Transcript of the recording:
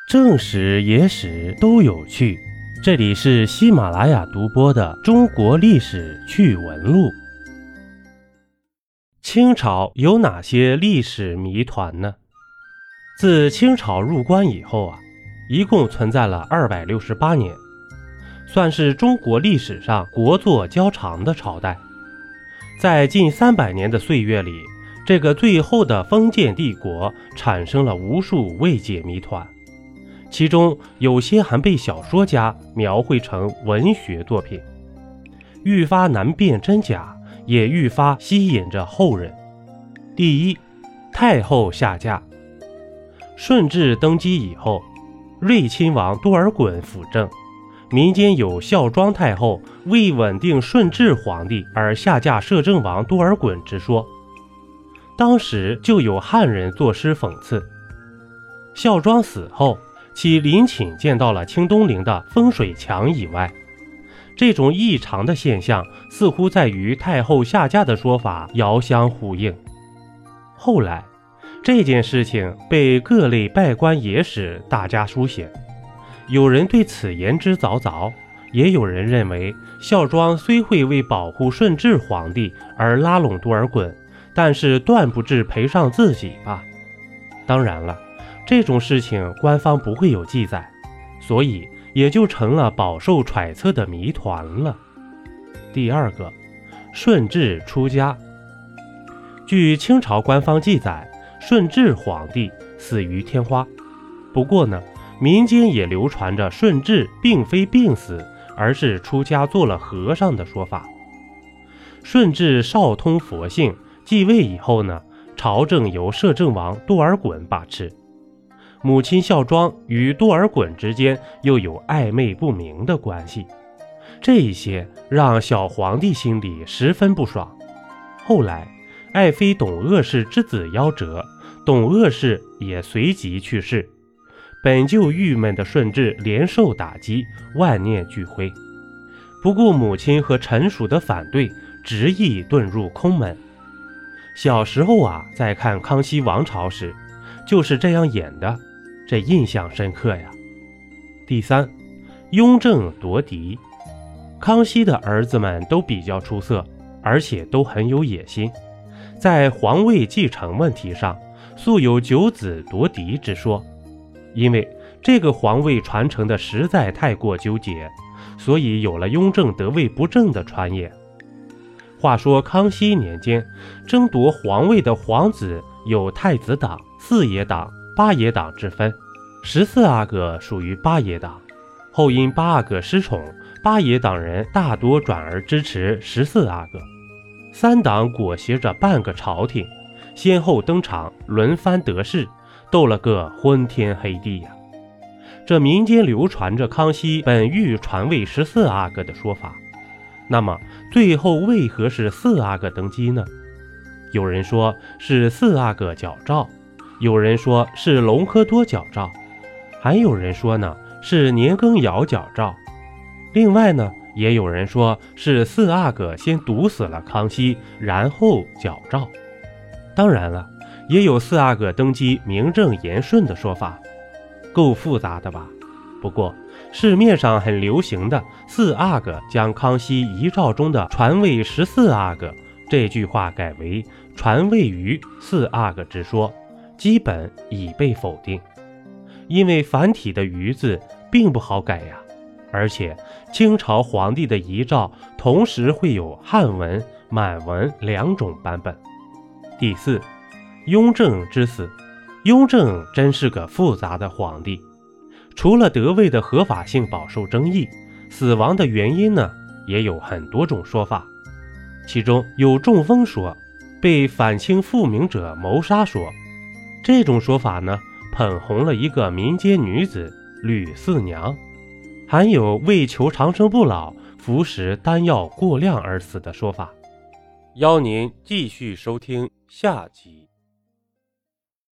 正史野史都有趣，这里是喜马拉雅独播的中国历史趣闻录。清朝有哪些历史谜团呢？自清朝入关以后一共存在了268年，算是中国历史上国祚较长的朝代。在近300年的岁月里，这个最后的封建帝国产生了无数未解谜团，其中有些还被小说家描绘成文学作品，愈发难辨真假，也愈发吸引着后人。第一，太后下嫁。顺治登基以后，睿亲王多尔衮辅政，民间有孝庄太后为稳定顺治皇帝而下嫁摄政王多尔衮之说。当时就有汉人作诗讽刺，孝庄死后，其陵寝见到了清东陵的风水墙以外。这种异常的现象似乎在与太后下嫁的说法遥相呼应。后来这件事情被各类拜官野史大加书写，有人对此言之凿凿，也有人认为孝庄虽会为保护顺治皇帝而拉拢多尔衮，但是断不至赔上自己吧。当然了，这种事情官方不会有记载，所以也就成了饱受揣测的谜团了。第二个，顺治出家。据清朝官方记载，顺治皇帝死于天花。不过呢，民间也流传着顺治并非病死，而是出家做了和尚的说法。顺治少通佛性，继位以后呢，朝政由摄政王多尔衮把持。母亲孝庄与多尔衮之间又有暧昧不明的关系，这一些让小皇帝心里十分不爽。后来爱妃董鄂氏之子夭折，董鄂氏也随即去世，本就郁闷的顺治连受打击，万念俱灰。不顾母亲和臣属的反对，执意遁入空门。小时候在看康熙王朝时就是这样演的，这印象深刻呀。第三，雍正夺嫡。康熙的儿子们都比较出色，而且都很有野心，在皇位继承问题上素有九子夺嫡之说。因为这个皇位传承的实在太过纠结，所以有了雍正得位不正的传言。话说康熙年间，争夺皇位的皇子有太子党、四爷党、八爷党之分，14阿哥属于八爷党。后因八阿哥失宠，八爷党人大多转而支持14阿哥。三党裹挟着半个朝廷，先后登场，轮番得势，斗了个昏天黑地呀。这民间流传着康熙本欲传位14阿哥的说法，那么最后为何是4阿哥登基呢？有人说是4阿哥矫诏，有人说是隆科多矫诏，还有人说呢是年羹尧矫诏。另外呢，也有人说是4阿哥先毒死了康熙，然后矫诏。当然了，也有4阿哥登基名正言顺的说法，够复杂的吧？不过市面上很流行的4阿哥将康熙遗诏中的传位14阿哥这句话改为传位于4阿哥之说，基本已被否定。因为繁体的于字并不好改呀，而且清朝皇帝的遗诏同时会有汉文、满文2种版本。第四，雍正之死。雍正真是个复杂的皇帝，除了得位的合法性饱受争议，死亡的原因呢也有很多种说法。其中有中风说，被反清复明者谋杀说。这种说法呢捧红了一个民间女子吕四娘，还有为求长生不老服食丹药过量而死的说法。邀您继续收听下集。